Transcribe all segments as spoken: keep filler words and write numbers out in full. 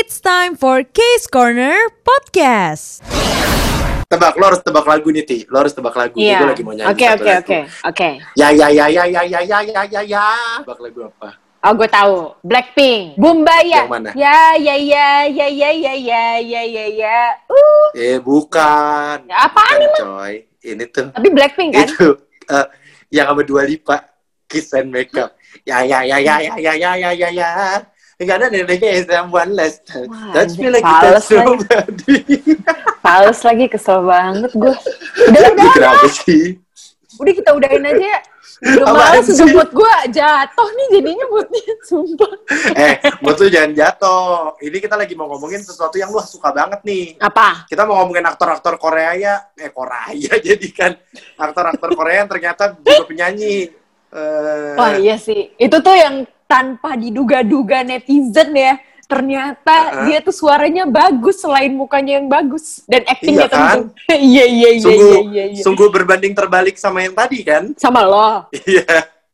It's time for Case Corner Podcast. Tebak, lo harus tebak lagu nih, Ti. Lo harus tebak lagu. Iya. Gue lagi mau nyanyi Oke, satu oke, lagu. oke, oke. Ya, ya, ya, ya, ya, ya, ya, ya, ya, ya. Tebak lagu apa? Oh, gue tahu. Blackpink. Bumbaya. Yang mana? Ya, ya, ya, ya, ya, ya, ya, ya, ya, ya. Uh. Eh, bukan. Ya, apaan bukan, emang? coy. Ini tuh. Tapi Blackpink kan? Itu. Uh, yang sama Dua Lipa. Kiss and Makeup. Ya, ya, ya, ya, ya, ya, ya, ya, ya, ya. Enggak ada neneknya someone less. Touch me like Fales it's somebody. Fales lagi, kesel banget gue. Udah, udah, udah. Kenapa sih? Udah kita udahin aja. Udah Apaan males, sih? udah mood gue jatuh nih jadinya moodnya, sumpah. Eh, buat lu jangan jatuh. Ini kita lagi mau ngomongin sesuatu yang lu suka banget nih. Apa? Kita mau ngomongin aktor-aktor Korea ya. Eh, Korea jadi kan. Aktor-aktor Korea yang ternyata juga penyanyi. Uh, Wah iya sih. Itu tuh yang tanpa diduga-duga netizen ya. Ternyata Uh-huh. dia tuh suaranya bagus selain mukanya yang bagus. Dan actingnya Iya kan? tentu. Iya, iya, iya, sungguh, iya, iya, iya. sungguh berbanding terbalik sama yang tadi kan? Sama lo. Iya.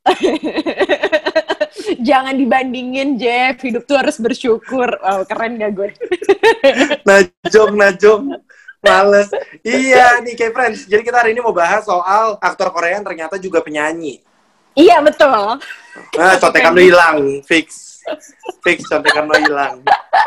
Jangan dibandingin, Jeff. Hidup tuh harus bersyukur. Wow, keren gak gue? Najong, najong. Males. Iya nih kayak friends. Jadi kita hari ini mau bahas soal aktor Korea yang ternyata juga penyanyi. Iya, betul. Nah, contekan lu hilang. Fix. Fix, contekan lu hilang.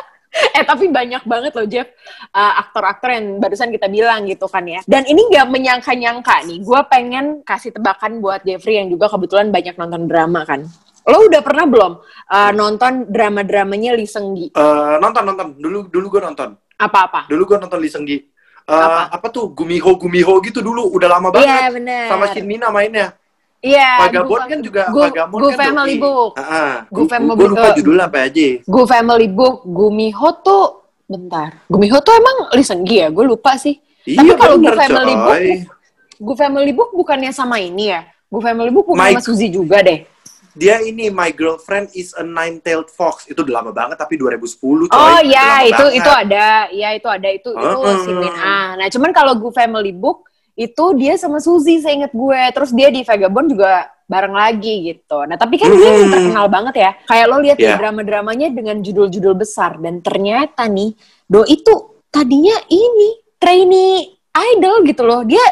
Eh, tapi banyak banget loh, Jeff. Uh, aktor-aktor yang barusan kita bilang gitu kan ya. Dan ini gak menyangka-nyangka nih. Gue pengen kasih tebakan buat Jeffrey yang juga kebetulan banyak nonton drama kan. Lo udah pernah belum uh, nonton drama-dramanya Lee Seung-gi? Uh, nonton, nonton. Dulu dulu gue nonton. Apa-apa? Dulu gue nonton Lee Seung-gi. Uh, Apa? apa tuh? Gumiho, Gumiho gitu dulu. Udah lama banget. Iya, bener. Sama Shin Mina mainnya. Iya. Vagabond kan juga. Gu, Vagabond Gu kan Family doi. Book. Uh-huh. Gu Family Gue lupa uh, judulnya apa aja. Gu Family Book. Gumiho tuh, bentar. Gumiho tuh emang Lee Seung-gi ya? Gue lupa sih. Iya, Tapi kalau Gu bener, Family coy. Book, Gu Family Book bukannya sama ini ya? Gu Family Book bukan My- sama Suzy juga deh. Dia ini My Girlfriend is a Nine-Tailed Fox. Itu udah lama banget tapi dua ribu sepuluh coy. Oh Udah ya, lama itu banget. itu ada. Ya itu ada itu itu Uh-uh. si Min Ah. Nah, cuman kalau Gu Family Book itu dia sama Suzy seinget gue. Terus dia di Vagabond juga bareng lagi gitu. Nah, tapi kan dia Hmm. yang terkenal banget ya. Kayak lo lihat Yeah. ya drama-dramanya dengan judul-judul besar dan ternyata nih Do itu tadinya ini trainee idol gitu loh. Dia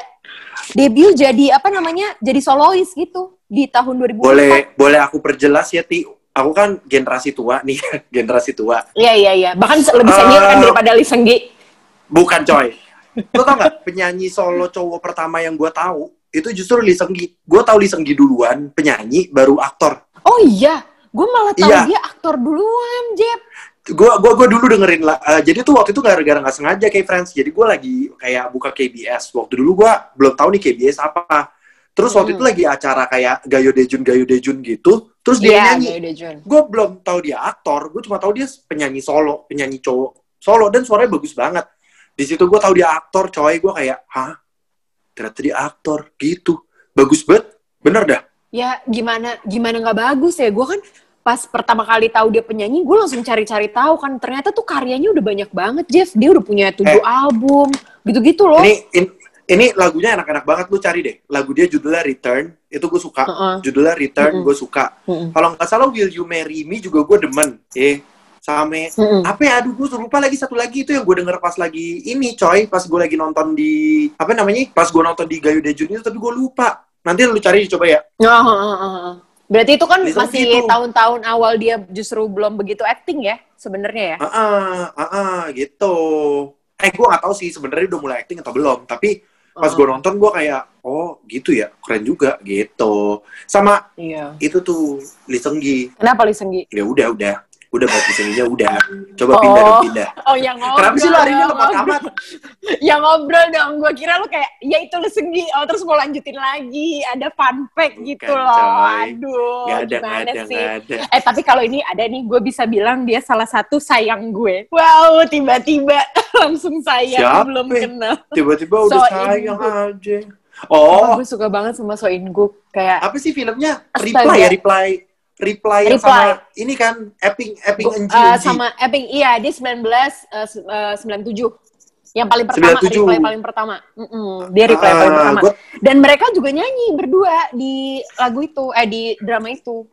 debut jadi apa namanya? Jadi solois gitu di tahun dua ribu empat. Boleh boleh aku perjelas ya, Ti. Aku kan generasi tua nih, generasi tua. Iya iya iya. Bahkan lebih senior kan Uh, daripada Lee Seung-gi. Bukan coy. Lo tau gak penyanyi solo cowok pertama yang gue tahu itu justru Lee Seung-gi. Gue tahu Lee Seung-gi duluan, penyanyi baru aktor. Oh iya, gue malah tahu Iya. dia aktor duluan, Jep. Gue gua gua dulu dengerin lah. Uh, jadi tuh waktu itu gara-gara nggak sengaja kayak friends. Jadi gue lagi kayak buka K B S. Waktu dulu gue belum tahu nih K B S apa. Terus waktu Hmm. itu lagi acara kayak Gayo Dejun Gayo Dejun gitu. Terus dia Iya, nyanyi. Gayo Dejun. Gue belum tahu dia aktor. Gue cuma tahu dia penyanyi solo, penyanyi cowok solo dan suaranya bagus banget. Di situ gue tahu dia aktor, coy. Gue kayak, hah? Ternyata dia aktor gitu. Bagus banget. Bener dah. Ya gimana gimana nggak bagus ya? Gue kan pas pertama kali tahu dia penyanyi, gue langsung cari-cari tahu kan. Ternyata tuh karyanya udah banyak banget, Jeff. Dia udah punya tujuh Eh. album, gitu-gitu loh. Ini in- ini lagunya enak-enak banget, lu cari deh. Lagu dia judulnya Return, itu gue suka. Uh-uh. Judulnya Return, Mm-mm. gue suka. Mm-mm. Kalau nggak salah Will You Marry Me juga gue demen. Eh, sama Mm-mm. apa ya? Aduh, gue lupa lagi satu lagi itu yang gue denger pas lagi ini, coy. Pas gue lagi nonton di apa namanya? Pas gue nonton di Gayo Dejun itu, tapi gue lupa. Nanti lu cari coba ya. Oh, oh, oh, oh. Berarti itu kan Lee Seung-gi masih tuh. tahun-tahun awal dia justru belum begitu acting ya, sebenarnya ya. Ah, ah, ah, ah, gitu. Eh, gue nggak tahu sih sebenarnya udah mulai acting atau belum. Tapi pas Oh. gue nonton gue kayak, oh gitu ya, keren juga gitu. Sama Iya. itu tuh Lee Seung-gi. Kenapa Lee Seung-gi? Ya udah, udah. Udah bahas Lee Seung-gi-nya udah. Coba Oh. pindah dong, pindah. Oh, yang ngobrol. Kenapa sih lo hari ini dong, lemot ngobrol. amat? Ya ngobrol dong, gue kira lu kayak, ya itu Lee Seung-gi, oh terus mau lanjutin lagi, ada fun fact Bukan, gitu loh, coy. aduh, Gak ada, gak gimana ada, sih? gak ada. Eh tapi kalau ini ada nih, gue bisa bilang dia salah satu sayang gue. Wow, tiba-tiba langsung sayang, Siapa? belum kenal. Tiba-tiba udah So sayang Inguk. aja. Oh, Oh, gue suka banget sama So In-guk, kayak, apa sih filmnya? Astaga. Reply ya, Reply. Reply yang Reply. sama ini kan Epping Epping gu- N G uh, sama Epping, iya, dia sembilan belas sembilan puluh tujuh. Yang paling pertama, sembilan puluh tujuh. reply paling pertama. Mm-mm, dia reply Ah, paling pertama. gua- Dan mereka juga nyanyi berdua di lagu itu, eh di drama itu.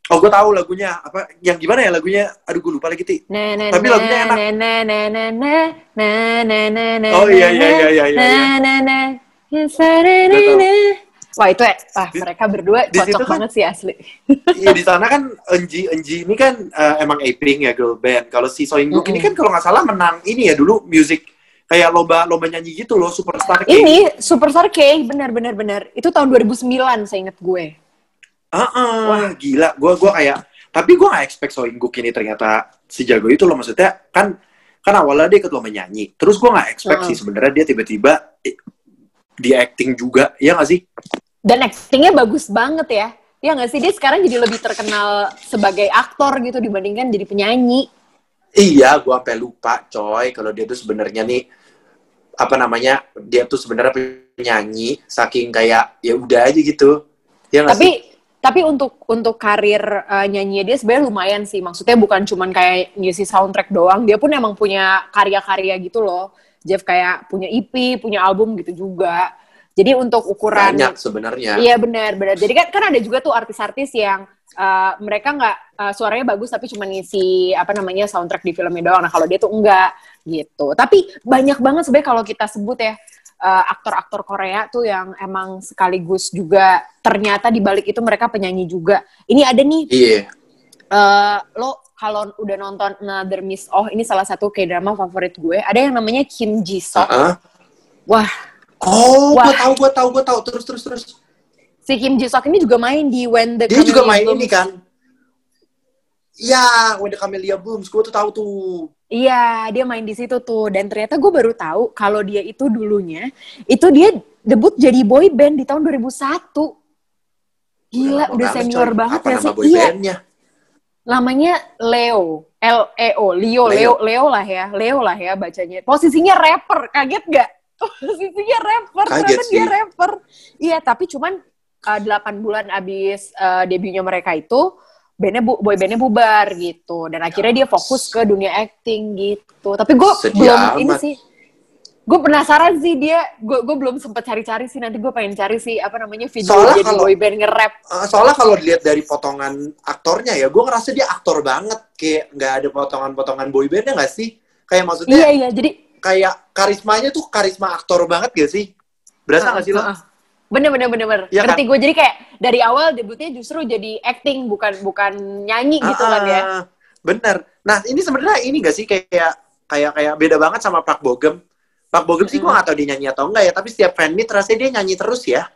Oh, gue tahu lagunya. Apa yang gimana ya lagunya? Aduh, gue lupa lagi, Ti. Na, na, Tapi na, lagunya enak. na, na, na, na, na, na, na, na, na, Oh iya iya iya iya iya. na, na, na, yes, na, na, na, na. Wah itu ya, wah Di- mereka berdua di cocok situ kan- banget sih asli. Iya, di sana kan Enji Enji ini kan eh, emang A-Pink ya, girl band. Kalau si Soingguk ini kan kalau nggak salah menang ini ya dulu music kayak lomba lomba nyanyi gitu loh, Superstar K. Ini Superstar K, benar benar benar. Itu tahun dua ribu sembilan seingat gue. Ah, Wah. gila. Gue gua kayak, tapi gue nggak expect Soingguk ini ternyata sejago itu loh. Maksudnya kan kan awalnya dia ikut lomba nyanyi. Terus gue nggak expect Uh-uh. sih sebenarnya dia tiba-tiba eh, di acting juga, ya nggak sih? Dan actingnya bagus banget ya. Ya nggak sih, dia sekarang jadi lebih terkenal sebagai aktor gitu dibandingkan jadi penyanyi. Iya, gue sampai lupa, coy. Kalau dia tuh sebenarnya nih apa namanya? Dia tuh sebenarnya penyanyi, saking kayak ya udah aja gitu. Ya nggak sih? Tapi tapi untuk untuk karir uh, nyanyi dia sebenarnya lumayan sih. Maksudnya bukan cuman kayak ngisi soundtrack doang, dia pun emang punya karya-karya gitu loh. Jeff kayak punya E P, punya album gitu juga. Jadi untuk ukuran Banyak sebenarnya. Iya benar benar. Jadi kan kan ada juga tuh artis-artis yang uh, mereka nggak uh, suaranya bagus tapi cuma ngisi apa namanya soundtrack di filmnya doang. Nah kalau dia tuh enggak gitu. Tapi banyak banget sebenarnya kalau kita sebut ya uh, aktor-aktor Korea tuh yang emang sekaligus juga ternyata di balik itu mereka penyanyi juga. Ini ada nih. Iya. Uh, lo kalau udah nonton Another Miss Oh, ini salah satu K-drama favorit gue. Ada yang namanya Kim Ji Sok. Uh-uh. Wah. Oh, Wah. gue tahu, gue tahu, gue tahu. Terus, terus, terus. Si Kim Ji Sok ini juga main di When the Dia juga Camellia main Blooms. ini kan? Ya, When the Camellia Blooms. Gue tuh tahu tuh. Iya, dia main di situ tuh. Dan ternyata gue baru tahu kalau dia itu dulunya, itu dia debut jadi boy band di tahun dua ribu satu. Gila, lama udah banget, senior coy. banget Apa ya nama sih? boy Iya, bandnya? namanya Leo. L E O, Leo, Leo, Leo. Leo lah ya. Leo lah ya bacanya. Posisinya rapper, kaget gak? Posisinya rapper, Kaget ternyata sih. dia rapper. Iya, tapi cuman uh, delapan bulan abis uh, debutnya mereka itu, bandnya bu boy bandnya bubar gitu. Dan akhirnya dia fokus ke dunia acting gitu. Tapi gue Sedih belum amat. ini sih. Gue penasaran sih dia, gue gue belum sempet cari-cari sih. Nanti gue pengen cari sih apa namanya video Soalnya jadi kalau- boy band nge-rap. Uh, soalnya kalau dilihat dari potongan aktornya ya, gue ngerasa dia aktor banget. Kayak nggak ada potongan-potongan boy bandnya nggak sih? Kayak maksudnya, Iya iya, jadi kayak karismanya tuh karisma aktor banget gak sih? Berasa nggak sih lo? Uh, uh, uh. Bener bener bener bener. Iya Ngerti kan? gue, jadi kayak dari awal debutnya justru jadi acting bukan bukan nyanyi gitu kan ya. Ah, bener. Nah, ini sebenarnya ini gak sih kayak kayak kayak beda banget sama Park Bo Gum. Park Bo Gum sih gue Mm-mm. gak tahu dia nyanyi atau enggak ya, tapi setiap fan meet rasanya dia nyanyi terus ya.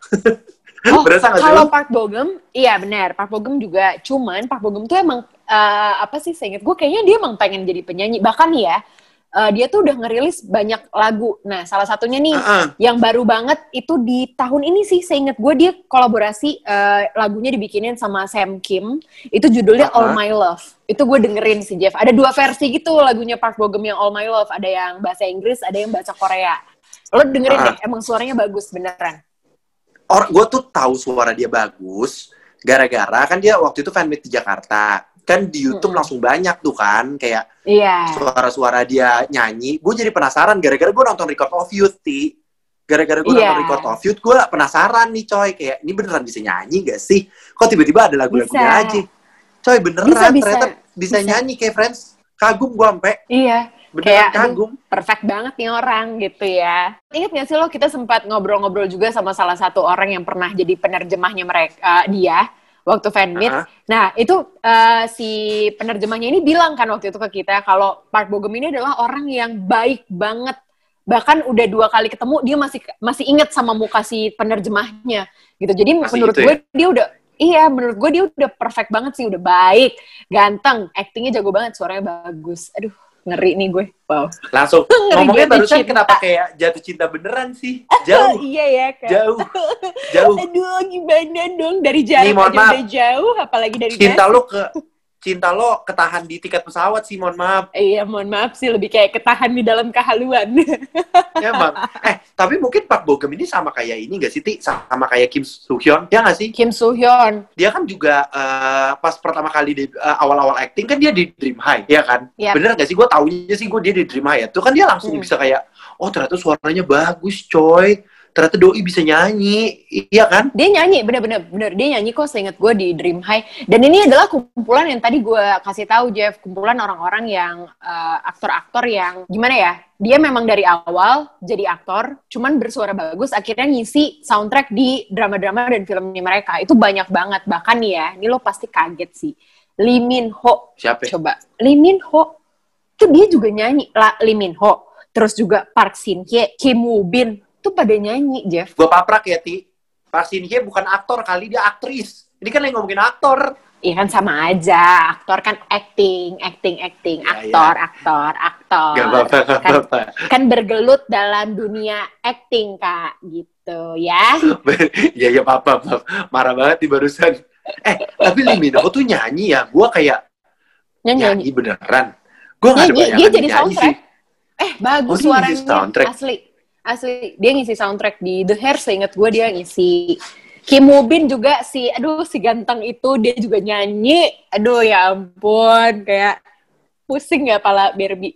Oh, Berasa gak sih kalau lo? Park Bo Gum, iya benar. Park Bo Gum juga. Cuman Park Bo Gum tuh emang uh, apa sih? Seinget gue kayaknya dia emang pengen jadi penyanyi. Bahkan nih ya, uh, dia tuh udah ngerilis banyak lagu. Nah, salah satunya nih Uh-uh. yang baru banget itu di tahun ini sih. Seinget gue dia kolaborasi uh, lagunya dibikinin sama Sam Kim. Itu judulnya All Uh-uh. My Love. Itu gue dengerin sih Jeff. Ada dua versi gitu lagunya Park Bo Gum yang All My Love. Ada yang bahasa Inggris, ada yang bahasa Korea. Lo dengerin Uh-uh. deh, emang suaranya bagus beneran. Or, gue tuh tahu suara dia bagus gara-gara kan dia waktu itu fan meet di Jakarta. Kan di YouTube Mm-mm. langsung banyak tuh kan kayak Iya. suara-suara dia nyanyi. Gue jadi penasaran gara-gara gue nonton Record of Youth, Ti. Gara-gara gue Iya. nonton Record of Youth, gue penasaran nih, coy. Kayak, ini beneran bisa nyanyi gak sih? Kok tiba-tiba ada lagu-lagunya Bisa. aja? Coy, beneran. Bisa, bisa. Ternyata bisa, Bisa. nyanyi kayak Friends. Kagum gue sampe. Iya. Beneran Kayak, aduh, kagum. perfect banget nih orang gitu ya. Ingat gak sih lo, kita sempat ngobrol-ngobrol juga sama salah satu orang yang pernah jadi penerjemahnya mereka, uh, dia, waktu fan meet. Uh-huh. Nah, itu uh, si penerjemahnya ini bilang kan waktu itu ke kita, kalau Park Bo Gum ini adalah orang yang baik banget. Bahkan udah dua kali ketemu, dia masih masih inget sama muka si penerjemahnya. Gitu. Jadi Masih menurut gitu gue, ya? dia udah, iya menurut gue dia udah perfect banget sih. Udah baik, ganteng, actingnya jago banget, suaranya bagus. Aduh, ngeri nih gue. Wow. Langsung. Ngeri Ngomongnya jatuh barusan cinta. kenapa kayak jatuh cinta beneran sih? Jauh. Iya ya kan. Jauh. Jauh. Aduh, gimana dong, dari jarak Nih, mohon aja maaf. udah jauh, apalagi dari Cinta nasi. lo ke... Cinta lo ketahan di tiket pesawat sih, mohon maaf. Iya, mohon maaf sih, lebih kayak ketahan di dalam kehaluan. Emang. Eh, tapi mungkin Park Bo Gum ini sama kayak ini gak sih, Ti? Sama kayak Kim Soo Hyun, ya gak sih? Kim Soo Hyun. Dia kan juga eh, pas pertama kali di eh, awal-awal acting kan dia di Dream High, ya kan? Yap. Bener gak sih? Gue taunya sih gue dia di Dream High ya. Tuh kan dia langsung Hmm. bisa kayak, oh ternyata suaranya bagus, coy. ternyata doi bisa nyanyi, iya kan? Dia nyanyi, bener-bener, bener. Dia nyanyi kok seinget gue di Dream High. Dan ini adalah kumpulan yang tadi gue kasih tahu Jeff, kumpulan orang-orang yang uh, aktor-aktor yang gimana ya? Dia memang dari awal jadi aktor, cuman bersuara bagus, akhirnya ngisi soundtrack di drama-drama dan filmnya mereka. Itu banyak banget. Bahkan nih ya, ini lo pasti kaget sih. Lee Min Ho. Siapa? Coba. Lee Min Ho. Itu dia juga nyanyi. La, Lee Min Ho. Terus juga Park Shin Hye, Kim Woo Bin. Itu pada nyanyi, Jeff. Gue paprak ya, Ti. Park Shin Hye bukan aktor kali, dia aktris. Ini kan yang ngomongin aktor. Iya kan sama aja. Aktor kan acting, acting, acting. Ya, aktor, ya. aktor, aktor. Gak apa-apa, gak kan, apa-apa. kan bergelut dalam dunia acting, Kak. Gitu, ya. Iya, iya, apa-apa. Marah banget nih barusan. Eh, tapi Lee Min Ho tuh nyanyi ya. Gue kayak Nyanyi, nyanyi beneran. Gue gak ada nyanyi. bayangan Dia jadi nyanyi soundtrack. sih. Eh, bagus Oh, dia suaranya. ngisi soundtrack. Asli. Asli. Dia ngisi soundtrack di The Hair, seinget gue dia ngisi. Kim Woo Bin juga si, aduh si ganteng itu dia juga nyanyi. Aduh ya ampun, kayak pusing ya pala Barbie.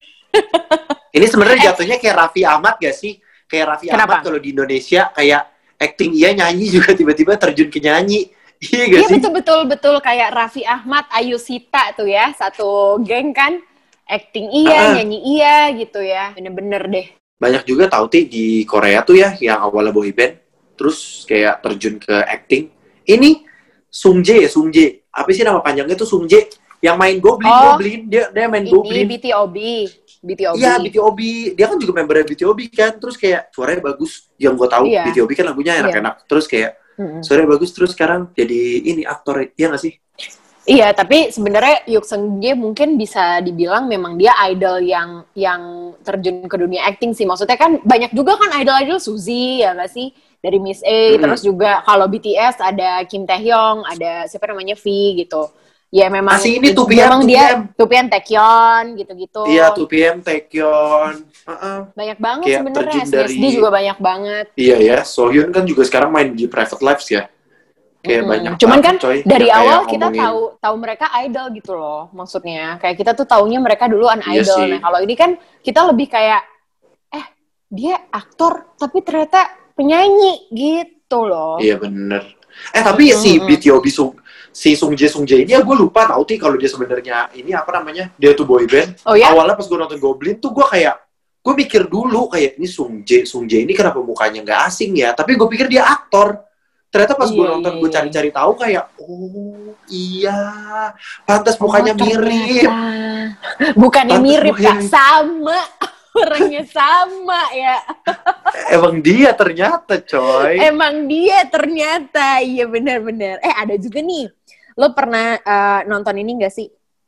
Ini sebenarnya jatuhnya kayak Raffi Ahmad gak sih? Kayak Raffi Kenapa? Ahmad kalau di Indonesia kayak acting iya, nyanyi juga tiba-tiba terjun ke nyanyi. Iya gak Iya sih? betul-betul kayak Raffi Ahmad, Ayu Sita tuh ya, satu geng kan. Acting iya, Ah. nyanyi iya gitu ya. Bener-bener deh. Banyak juga tau Ti di Korea tuh ya yang awalnya boy band terus kayak terjun ke acting. Ini Sung Jae ya, Sung Jae. Apa sih nama panjangnya tuh Sung Jae yang main Goblin, Oh, Goblin. Dia dia main Ini Goblin. B T O B. B T O B. Iya, B T O B. Dia kan juga membernya B T O B kan. Terus kayak suaranya bagus. Yang gue tahu Iya. B T O B kan lagunya enak-enak. Terus kayak Mm-mm. suaranya bagus terus sekarang jadi ini aktor. Iya nggak sih? Iya, tapi sebenarnya Yuk Seung Jae mungkin bisa dibilang memang dia idol yang yang terjun ke dunia acting sih. Maksudnya kan banyak juga kan idol-idol Suzy ya nggak sih? Dari Miss A, Mm-hmm. terus juga kalau B T S ada Kim Taehyung, ada siapa namanya V gitu. Ya memang Masih ini two P M, memang dia two P M. two P M Taekyon gitu-gitu. Iya, two P M, Taekyon. Uh-uh. Banyak banget Kayak sebenarnya. terjun S D dari- juga banyak banget. Iya ya, Sohyun kan juga sekarang main di Private Lives ya. Kayak Mm-mm. banyak Cuman banget, kan coy, dari yang kayak awal kita ngomongin. tahu tahu mereka idol gitu loh, maksudnya kayak kita tuh taunya mereka duluan Iya idol. sih. Nah kalau ini kan kita lebih kayak eh dia aktor tapi ternyata penyanyi gitu loh. Iya bener. Eh tapi si Mm-mm. B T O B Sung, si Sung Jae Sung Jae ini ya gue lupa tau Ti kalau dia sebenarnya ini apa namanya, dia tuh boy band. Oh ya? Awalnya pas gue nonton Goblin tuh gue kayak gue mikir dulu kayak ini Sung Jae Sung Jae ini kenapa mukanya nggak asing ya? Tapi gue pikir dia aktor. Ternyata pas gue Iya, nonton iya, gue iya. cari-cari tahu kayak oh iya, pantas Oh, mukanya mirip. ternyata. Bukannya Pantes mirip mukanya Kak, mirip. sama. Orangnya sama ya. Emang dia ternyata coy. Emang dia ternyata. Iya benar-benar. Eh ada juga nih. Lo pernah eh, nonton ini gak sih?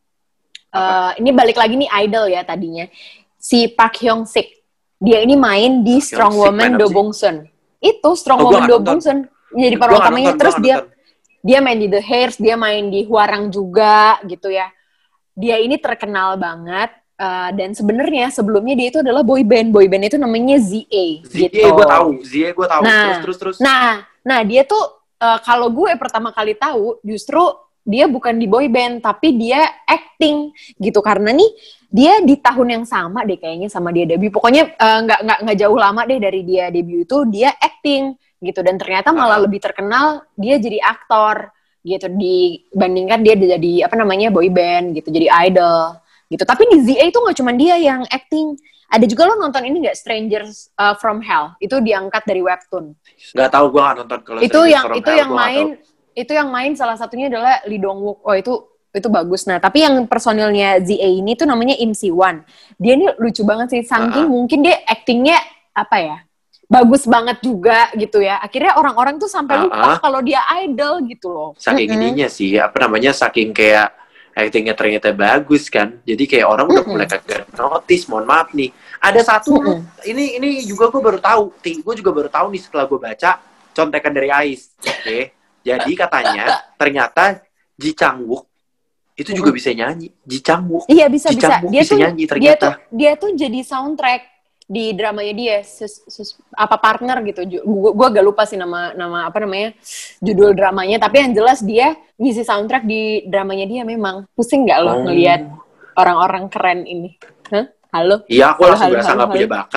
Eh, ini balik lagi nih idol ya tadinya. Si Park Hyung Sik. Dia ini main di Park Strong Hyung-sik Woman main apa Do sih? Bong Soon. Itu Strong Oh, gua Woman nggak Do nonton. Bong Soon. Jadi Gua peran nggak utamanya. nonton, Terus gua nggak dia nonton. dia main di The Hairs, dia main di Hwarang juga gitu ya. Dia ini terkenal banget. eh, dan sebenarnya sebelumnya dia itu adalah boy band. Boy band itu namanya Z A. Zie gitu. gue tahu, Zie gue tahu. Nah, terus terus terus. Nah, nah dia tuh eh, kalau gue pertama kali tahu justru dia bukan di boy band tapi dia acting gitu karena nih dia di tahun yang sama deh kayaknya sama dia debut. Pokoknya eh, nggak nggak nggak jauh lama deh dari dia debut itu dia acting gitu dan ternyata malah Ah. lebih terkenal dia jadi aktor gitu dibandingkan dia jadi apa namanya boy band gitu jadi idol gitu. Tapi di Z A itu nggak cuma dia yang acting. Ada juga lo nonton ini nggak Strangers uh, from Hell? Itu diangkat dari webtoon. Nggak tahu gue nggak nonton kalau Itu Strangers yang from itu Hell, yang gua nggak main tahu. itu yang main salah satunya adalah Lee Dong Wook. Oh itu itu bagus. Nah tapi yang personilnya Z A ini tuh namanya Im Si Wan. Dia ini lucu banget sih. Saking Uh-uh. mungkin dia actingnya apa ya? Bagus banget juga gitu ya. Akhirnya orang-orang tuh sampai lupa Uh-uh. kalau dia idol gitu loh. Saking Mm-mm. ininya sih, apa namanya, saking kayak actingnya ternyata bagus kan. Jadi kayak orang udah Mm-mm. mulai kagak notice, mohon maaf nih. Ada satu, Mm-mm. ini ini juga gue baru tahu, Ti. Gue juga baru tahu nih setelah gue baca contekan dari Ais. Oke. Jadi katanya ternyata Ji Chang Wook itu juga bisa nyanyi. Ji Chang Wook. Iya bisa Ji bisa. Chang Wook Dia bisa tuh nyanyi dia ternyata. tuh dia tuh jadi soundtrack di dramanya dia sus, sus- apa partner gitu. Gue gue agak lupa sih nama nama apa namanya judul dramanya. Tapi yang jelas dia ngisi soundtrack di dramanya dia memang. Pusing nggak lo Oh. ngelihat orang-orang keren ini? Hah? Halo? Iya, aku Halo, langsung halo, berasa halo, nggak halo. punya bakat.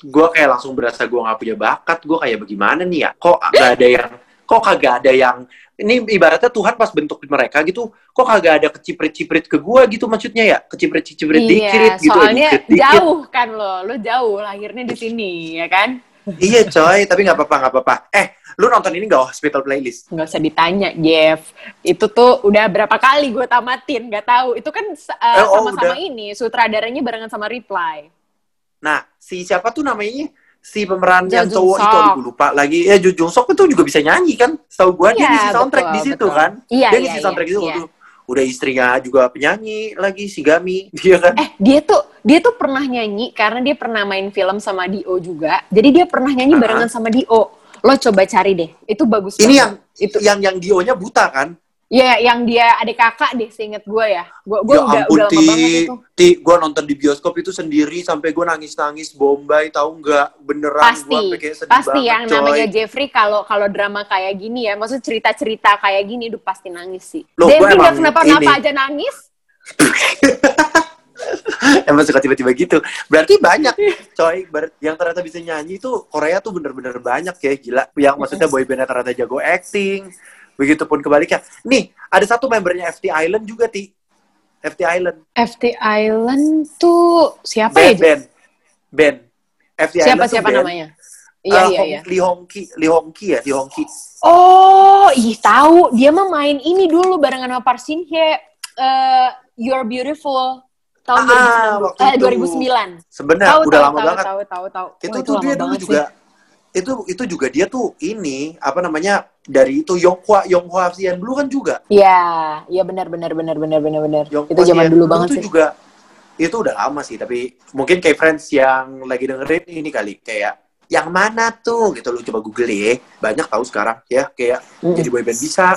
gue kayak langsung berasa gue nggak punya bakat. Gue kayak bagaimana nih ya? Kok gak ada yang, kok kagak ada yang, ini ibaratnya Tuhan pas bentuk mereka gitu, kok kagak ada keciprit-ciprit ke gue gitu maksudnya ya? Keciprit-ciprit Iya, dikit gitu. soalnya dikit-dikit. jauh kan lo, lo jauh lahirnya di sini ya kan? Iya coy, tapi nggak apa-apa, nggak apa-apa. Eh, lu nonton ini nggak Hospital Playlist? Nggak usah ditanya, Jeff. Itu tuh udah berapa kali gue tamatin, nggak tahu. Itu kan uh, Eh, oh, sama-sama udah. ini, sutradaranya barengan sama Reply. Nah, si siapa tuh namanya? Si pemeran Jo yang Jung cowok itu, Sok. aduh gue lupa lagi. Ya, Jo Jung Sok itu juga bisa nyanyi kan? Setahu gue dia Iya, ngisi soundtrack betul, di situ betul. kan? Iya, dia iya, ngisi soundtrack iya, itu. iya. Aduh, udah istrinya juga penyanyi lagi, si Gami. Dia kan? Eh, dia tuh dia tuh pernah nyanyi karena dia pernah main film sama Dio juga. Jadi dia pernah nyanyi Uh-huh. barengan sama Dio. Lo coba cari deh. Itu bagus Ini banget. yang itu yang yang Dio-nya buta kan? ya yang dia adik kakak deh, seinget gue ya. Gue gue Ya udah ampun, udah lama Ti. banget itu. Ti, gue nonton di bioskop itu sendiri sampai gue nangis-nangis Bombay, tahu nggak? Beneran gue Pasti, sampai kayak sedih pasti banget, yang coy. namanya Jeffrey kalau kalau drama kayak gini ya, maksud cerita-cerita kayak gini, udah pasti nangis sih. Loh, gua Jeffrey nggak emang kenapa-napa ini. aja nangis. Emang suka tiba-tiba gitu. Berarti banyak, coy. Ber- yang ternyata bisa nyanyi tuh Korea tuh bener-bener banyak ya, gila. Yang maksudnya boybandnya ternyata jago acting. Begitupun kebaliknya. Nih, ada satu membernya F T Island juga, Ti. F T Island. F T Island tuh siapa Band, ya? band. Band. F T Siapa Island tuh siapa band. namanya? Iya Eh, iya Hong- iya. Lee Hong Ki, Lee Hong Ki ya, Lee Hong Ki. Oh, ih tahu. Dia mah main ini dulu barengan sama Park Shin Hye. Eh, You're Beautiful tahun Ah, dua ribu sembilan. waktu Eh, itu. dua ribu sembilan. Sebenarnya Tahu udah tahu lama tahu banget. tahu tahu tahu. Itu Oh, tuh lama dia dulu banget juga sih. itu itu juga dia tuh ini apa namanya dari itu Yonghwa Yonghwa Sian Blue kan juga. Iya, iya benar benar benar benar benar benar. Yonghwa Itu zaman Sian dulu Blue banget tuh sih. juga itu udah lama sih, tapi mungkin kayak friends yang lagi dengerin ini kali kayak yang mana tuh gitu, lu coba google ya, banyak tahu sekarang ya, kayak Mm-mm. jadi boyband bisa,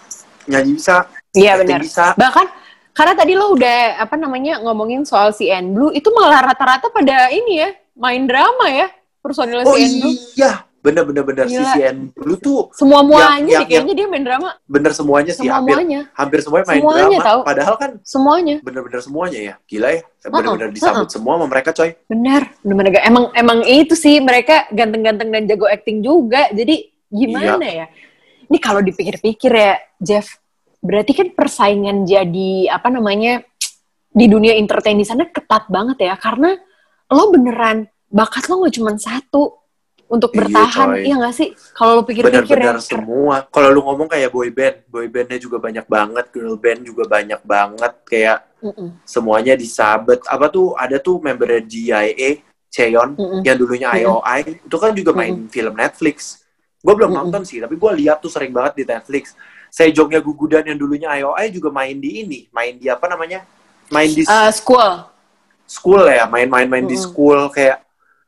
nyanyi bisa, Iya acting benar. bisa. Bahkan karena tadi lo udah apa namanya ngomongin soal C N Blue, itu malah rata-rata pada ini ya main drama ya personil Oh C N Blue. iya, bener-bener bener si Gila. C N Blue tuh Semua muanya yang- deh kayaknya dia main drama. bener semuanya sih, Semua hampir muanya. hampir semuanya main Semuanya drama. tahu. Padahal kan Semuanya. bener-bener semuanya ya, gila ya, bener-bener disambut semua sama mereka coy. Benar, benar-benar gak- emang emang itu sih mereka ganteng-ganteng dan jago acting juga. Jadi gimana ya? Ini kalau dipikir-pikir ya, Jeff, berarti kan persaingan jadi apa namanya di dunia entertain di sana ketat banget ya, karena lo beneran bakat lo nggak cuma satu untuk Iya, bertahan, coy. iya nggak sih? Kalau lo pikir-pikir Benar-benar ya, semua. Kalau lu ngomong kayak boy band, boy bandnya juga banyak banget, girl band juga banyak banget, kayak Mm-mm. semuanya disabet. Apa tuh ada tuh membernya G I A, Cheon, Mm-mm. yang dulunya I O I, itu kan juga main film Netflix. Gue belum Mm-mm. nonton sih, tapi gue lihat tuh sering banget di Netflix. Sejongnya Gugudan yang dulunya I O I juga main di ini, main di apa namanya? Main di Eh, school. school ya, main-main-main di Mm-mm. school kayak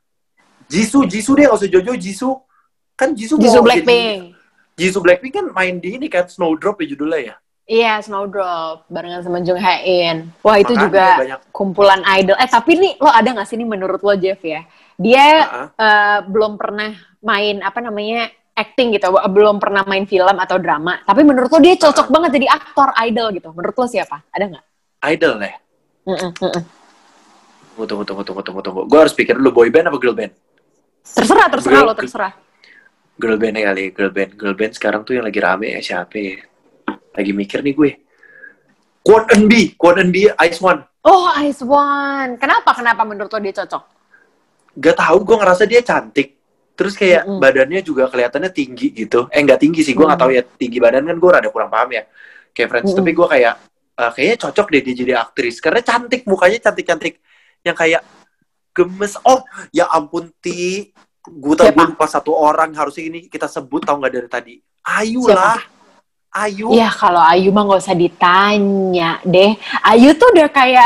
Jisoo, Jisoo deh, nggak usah Jojo, Jisoo. Kan Jisoo mau Jisoo jadi- Blackpink. Jisoo Blackpink kan main di ini kan Snowdrop ya judulnya ya. Iya, Snowdrop barengan sama Jung Hae In. Wah, itu Makanya juga banyak. kumpulan idol. Eh, tapi nih lo ada nggak sih nih menurut lo, Jeff ya? Dia Uh-uh. eh, belum pernah main apa namanya acting gitu, belum pernah main film atau drama. Tapi menurut lo dia cocok Uh-uh. banget jadi aktor idol gitu. Menurut lo siapa? Ada nggak? Idol ya. Mm-mm, mm-mm. Tunggu, tunggu, tunggu, tunggu, tunggu, tunggu. Gue harus pikir dulu boy band apa girl band? Terserah, terserah Girl- lo, terserah. Girl band ya kali, girl band. Girl band sekarang tuh yang lagi rame ya siapa ya? Lagi mikir nih gue. Kwon Eun B, Kwon Eun B, Ice One. Oh, Ice One. Kenapa? Kenapa menurut lo dia cocok? Gak tahu, gue ngerasa dia cantik. Terus kayak Mm-mm. badannya juga kelihatannya tinggi gitu. Eh nggak tinggi sih, gue nggak Mm. tahu ya. Tinggi badan kan gue rada kurang paham ya. Kayak Friends, Mm-mm. tapi gue kayak eh, kayaknya cocok deh dia jadi aktris karena cantik, mukanya cantik-cantik yang kayak gemes. Oh, ya ampun Ti. Gue tau Siapa? gue lupa satu orang harusnya ini kita sebut tau nggak dari tadi. Ayu Siapa? lah. Ayu. Ya kalau Ayu mah nggak usah ditanya deh. Ayu tuh udah kayak,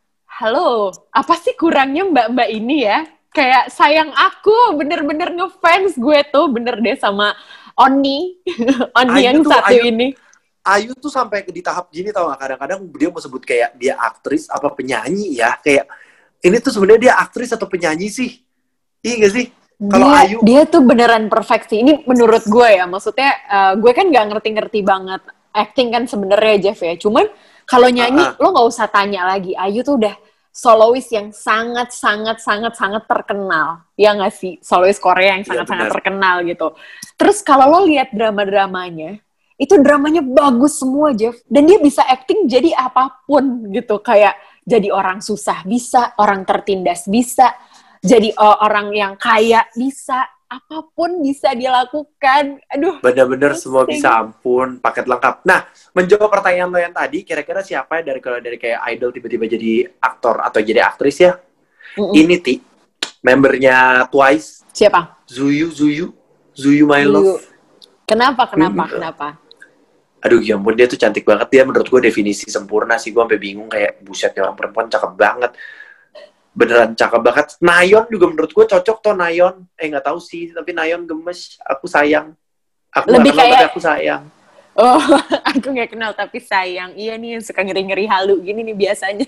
halo, apa sih kurangnya mbak-mbak ini ya? Kayak sayang aku, bener-bener ngefans gue tuh, bener deh sama Oni. Oni Ayu yang tuh, satu Ayu- ini. Ayu tuh sampai di tahap gini tau gak? Kadang-kadang dia mau sebut kayak dia aktris apa penyanyi ya. Kayak ini tuh sebenarnya dia aktris atau penyanyi sih? Iya gak sih? Kalau Dia, Ayu- dia tuh beneran perfect sih. Ini menurut gue ya, maksudnya eh, gue kan nggak ngerti-ngerti banget acting kan sebenarnya Jeff ya. Cuman kalau nyanyi Ah, lo nggak usah tanya lagi. Ayu tuh udah solois yang sangat sangat sangat sangat terkenal, ya nggak sih, solois Korea yang sangat sangat benar. terkenal gitu. Terus kalau lo lihat drama-dramanya, itu dramanya bagus semua, Jeff, dan dia bisa acting jadi apapun gitu, kayak jadi orang susah bisa, orang tertindas bisa, jadi uh, orang yang kaya bisa, apapun bisa dilakukan. Aduh, Bener-bener semua pusing. bisa, ampun, paket lengkap. Nah, menjawab pertanyaan lo yang tadi, kira-kira siapa ya dari kalau dari kayak idol tiba-tiba jadi aktor atau jadi aktris ya? Mm-mm. Ini Ti, membernya Twice, Siapa? Zuyu, Zuyu, Zuyu My Zuyu. Love. Kenapa? Kenapa? Hmm. Kenapa? Aduh, ya ampun, dia tuh cantik banget. Dia menurut gue definisi sempurna sih. Gue sampai bingung kayak, buset, ya orang perempuan cakep banget. Beneran cakep banget. Nayeon juga menurut gue cocok toh, Nayeon. Eh, nggak tahu sih, tapi Nayeon gemes. Aku sayang. Aku Lebih nggak kenal, kayak- tapi aku sayang. Oh, aku nggak kenal tapi sayang. Iya nih, yang suka ngeri-ngeri halu gini nih biasanya.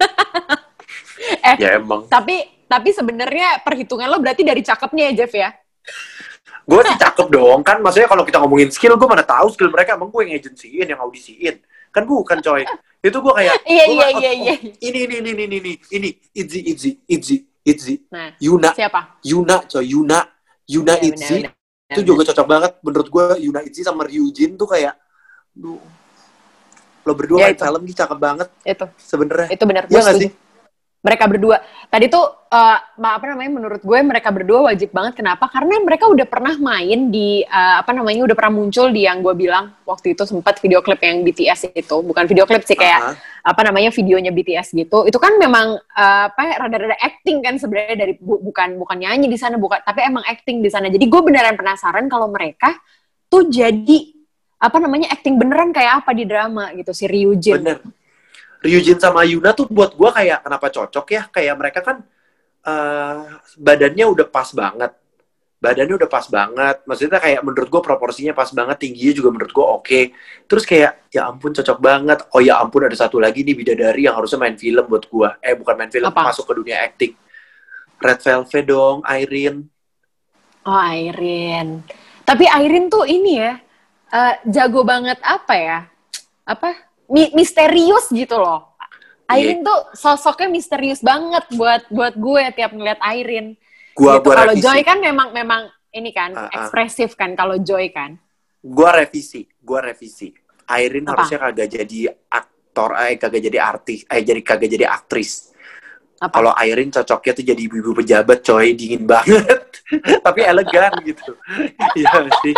eh, Ya emang. tapi tapi sebenarnya perhitungan lo berarti dari cakepnya ya, Jeff ya? Gue sih cakep dong. Kan maksudnya kalau kita ngomongin skill, gue mana tahu skill mereka. Emang gue yang agensiin, yang audisiin. Kan bukan, coy. Itu gue kayak, Iya, gua iya, kayak, iya, oh, iya. Ini, ini, ini, ini, ini, ini, Itzy, Itzy, Itzy, Itzy. Nah, Yuna, siapa? Yuna, coy, Yuna, Yuna Iya, Itzy. benar, benar, Itu benar. juga cocok banget. Menurut gue, Yuna Itzy sama Ryujin tuh kayak, duh, lo berdua Ya, main itu. film nih cakep banget Itu, sebenarnya. itu benar. Iya Gue nggak setuju. sih? Mereka berdua. Tadi tuh, uh, apa namanya, menurut gue mereka berdua wajib banget. Kenapa? Karena mereka udah pernah main di, uh, apa namanya, udah pernah muncul di yang gue bilang, waktu itu sempat video klip yang B T S itu. Bukan video klip sih, kayak, Aha. apa namanya, videonya B T S gitu. Itu kan memang, uh, apa ya, rada-rada acting kan sebenarnya, dari bu- bukan bukan nyanyi di sana, bukan, tapi emang acting di sana. Jadi gue beneran penasaran kalau mereka tuh jadi, apa namanya, acting beneran kayak apa di drama gitu, si Ryujin. Bener. Ryujin sama Yuna tuh buat gue kayak kenapa cocok ya, kayak mereka kan uh, badannya udah pas banget, badannya udah pas banget, maksudnya kayak menurut gue proporsinya pas banget, tingginya juga menurut gue oke, terus kayak ya ampun cocok banget. Oh ya ampun, ada satu lagi nih bidadari yang harusnya main film buat gue, eh bukan main film, Apa? masuk ke dunia acting. Red Velvet dong, Irene. Oh, Irene. Tapi Irene tuh ini ya, uh, jago banget apa ya, apa, Mi- misterius gitu loh. Irene Iya. tuh sosoknya misterius banget buat buat gue tiap ngeliat Irene. Gua Gitu. gua Kalau revisi. Joy kan memang memang ini kan Ah, ah. ekspresif kan kalau Joy kan. Gua revisi, gua revisi. Irene Apa? harusnya kagak jadi aktor, eh kagak jadi artis, eh jadi kagak jadi aktris. Apa? Kalau Irene cocoknya tuh jadi ibu-ibu pejabat, coy, dingin banget, tapi elegan gitu. Iya sih.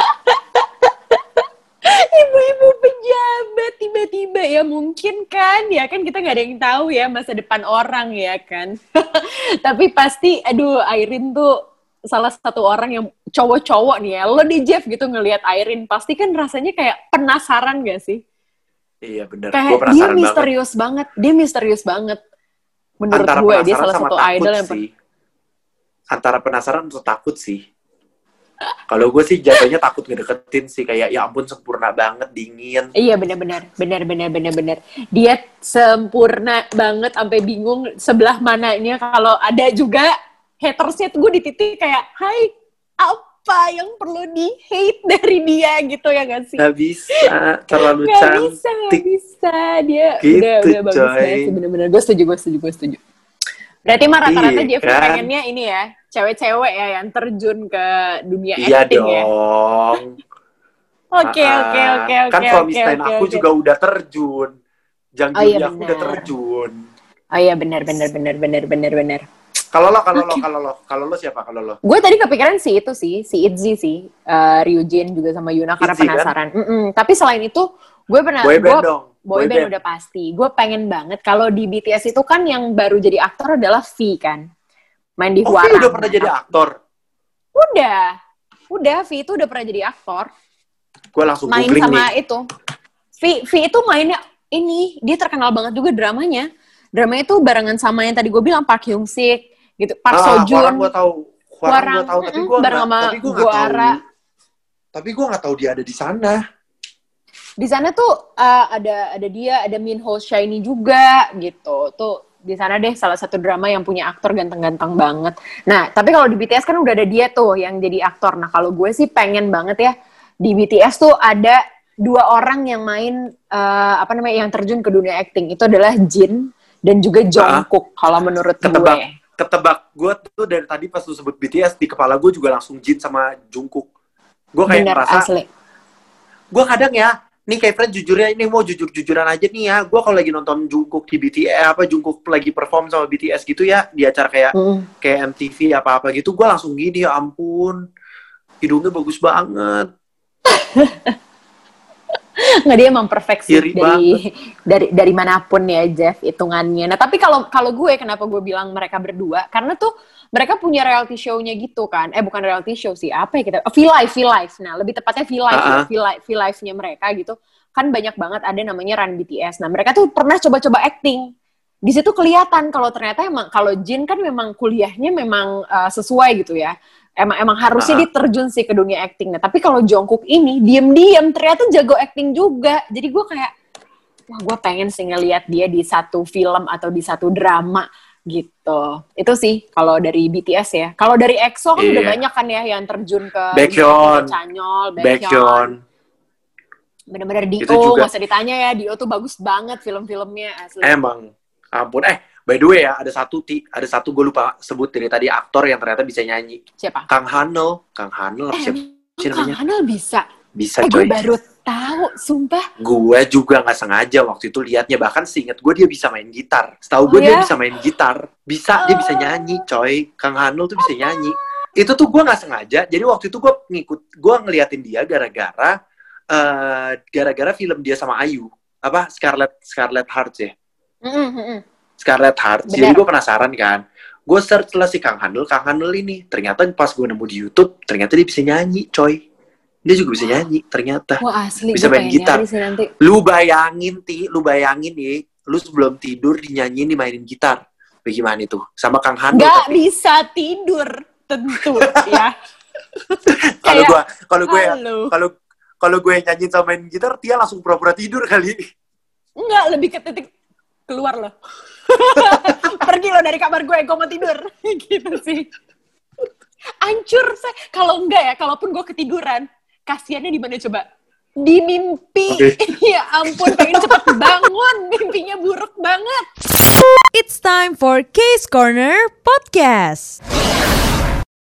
Ibu-ibu pejabat tiba-tiba ya mungkin kan, ya kan kita nggak ada yang tahu ya masa depan orang ya kan. Tapi pasti, aduh, Irene tuh salah satu orang yang cowok-cowok nih ya. Lo di Jeff gitu ngelihat Irene, pasti kan rasanya kayak penasaran gak sih? Iya bener, Kayak gue dia penasaran banget. misterius banget. Dia misterius banget. Menurut Antara gue, dia penasaran salah sama satu takut idol yang... sih. Antara penasaran atau takut sih. Kalau gue sih jatuhnya takut ngedeketin sih, kayak ya ampun sempurna banget, dingin. Iya benar-benar, benar-benar, benar-benar. Dia sempurna banget sampai bingung sebelah mananya. Kalau ada juga hatersnya tuh gue di titik kayak, hai, apa yang perlu di-hate dari dia gitu ya gak sih? Gak bisa, terlalu Gak cantik. bisa, gak bisa. Dia Gitu, udah, udah bagus coy. banget sih, bener-bener. Gue setuju, gue setuju, gue setuju. Berarti mah rata-rata Iya, Jeffrey kan? pengennya ini ya, cewek-cewek ya yang terjun ke dunia Iya acting ya. dong. Oke, Ah, oke, oke, oke. Kan suami oke, stand oke, aku oke. juga udah terjun. Jang Oh, iya, Juli aku udah benar. terjun. Oh iya, benar, benar, benar, benar, benar, benar. Kalau lo, kalau lo, kalau lo, kalau lo siapa? Kalau lo? Gue tadi kepikiran sih itu sih, si Itzy sih, uh, Ryujin juga sama Yuna karena Itzy, kan? penasaran. Mm-mm. Tapi selain itu, gue pernah, Boy band gue dong. boy band udah pasti. Gue pengen banget kalau di B T S itu kan yang baru jadi aktor adalah V kan, main di Oh, Hwarang. udah pernah jadi aktor. Udah, udah V itu udah pernah jadi aktor, Gue langsung main googling sama nih. itu. V V itu mainnya ini, dia terkenal banget juga dramanya. Dramanya itu barengan sama yang tadi gue bilang Park Hyung Sik, gitu, Park Ah, Seo Joon. Hwarang gue tahu. Hwarang Hwarang, gue tahu, tapi mm-mm, gue bareng nggak, sama tapi gue nggak tahu. Guara. Tapi gue nggak tahu dia ada di sana. Di sana tuh uh, ada ada dia, ada Min Ho Shiny juga gitu. Tuh di sana deh salah satu drama yang punya aktor ganteng-ganteng banget. Nah, tapi kalau di B T S kan udah ada dia tuh yang jadi aktor. Nah, kalau gue sih pengen banget ya di B T S tuh ada dua orang yang main uh, apa namanya yang terjun ke dunia acting. Itu adalah Jin dan juga Jungkook kalau menurut ketebak, gue. Ketebak gue tuh dari tadi pas lu sebut B T S di kepala gue juga langsung Jin sama Jungkook. Gue kayak Bener, ngerasa, asli. gue kadang ya, nih kayak friend jujurnya ini mau jujur-jujuran aja nih ya. Gue kalau lagi nonton Jungkook di B T S apa Jungkook lagi perform sama B T S gitu ya di acara kayak Mm. kayak M T V apa-apa gitu, gue langsung gini, ya ampun, hidungnya bagus banget. Nggak, dia emang perfect sih Iri dari dari dari manapun ya Jeff hitungannya. Nah tapi kalau kalau gue kenapa gue bilang mereka berdua, karena tuh mereka punya reality show-nya gitu kan. Eh bukan reality show sih, apa ya kita? Oh, V-Live, V-Live. Nah lebih tepatnya V-Live, Uh-uh. ya, V-Live, V-Live-nya mereka gitu. Kan banyak banget ada namanya Run B T S. Nah mereka tuh pernah coba-coba acting. Di situ kelihatan kalau ternyata emang kalau Jin kan memang kuliahnya memang uh, sesuai gitu ya. Emang emang harusnya Uh-huh. diterjun sih ke dunia acting. Nah, tapi kalau Jungkook ini diem-diem ternyata jago acting juga. Jadi gue kayak, wah gue pengen sih ngeliat dia di satu film atau di satu drama gitu. Itu sih kalau dari B T S ya. Kalau dari E X O kan Iya. udah banyak kan ya yang terjun ke Baekhyun. Chanyol, Baekhyun. Bener-bener Dio, Itu juga. gak usah ditanya ya, Dio tuh bagus banget film-filmnya asli. Emang, ampun. Eh, by the way ya, ada satu ti, ada satu gue lupa sebut dari tadi aktor yang ternyata bisa nyanyi. Siapa? Kang Hanel, Kang Hanel apa Eh, siapa sih Kang namanya? Hanel bisa. Bisa Eh, gue coy. baru tahu, sumpah. Gue juga nggak sengaja waktu itu liatnya, bahkan seinget gue dia bisa main gitar. Setahu Oh, gue dia ya? bisa main gitar, bisa dia bisa nyanyi, coy. Kang Hanel tuh bisa nyanyi. Itu tuh gue nggak sengaja. Jadi waktu itu gue ngikut, gue ngeliatin dia gara-gara, uh, gara-gara film dia sama Ayu, apa Scarlet Scarlet Heart ya, Mm-mm, mm-mm. Scarlet Heart. Bener. Jadi gue penasaran kan. Gue search lah si Kang Hanel, Kang Hanel ini. Ternyata pas gue nemu di YouTube, ternyata dia bisa nyanyi, coy. Dia juga bisa nyanyi, ternyata. Wah asli, Bisa gue main pengen gitar. nyari sih nanti. Lu bayangin, Ti, lu bayangin nih, lu sebelum tidur dinyanyiin, dimainin gitar. Bagaimana itu? Sama Kang Hanel. Gak tapi. bisa tidur, tentu ya. Kalau Kayak, gue, kalau gue, halo. kalau kalau gue nyanyiin sama main gitar, Tia langsung pura-pura tidur kali. Enggak, lebih ke titik keluar loh. Pergi lo dari kamar gue, gue mau tidur. Gitu sih. Ancur, saya. Kalau enggak ya, kalaupun gue ketiduran, kasiannya di mana coba? Di mimpi. Oke. Ya ampun, pengen cepet bangun. Mimpinya buruk banget. It's time for Case Corner Podcast.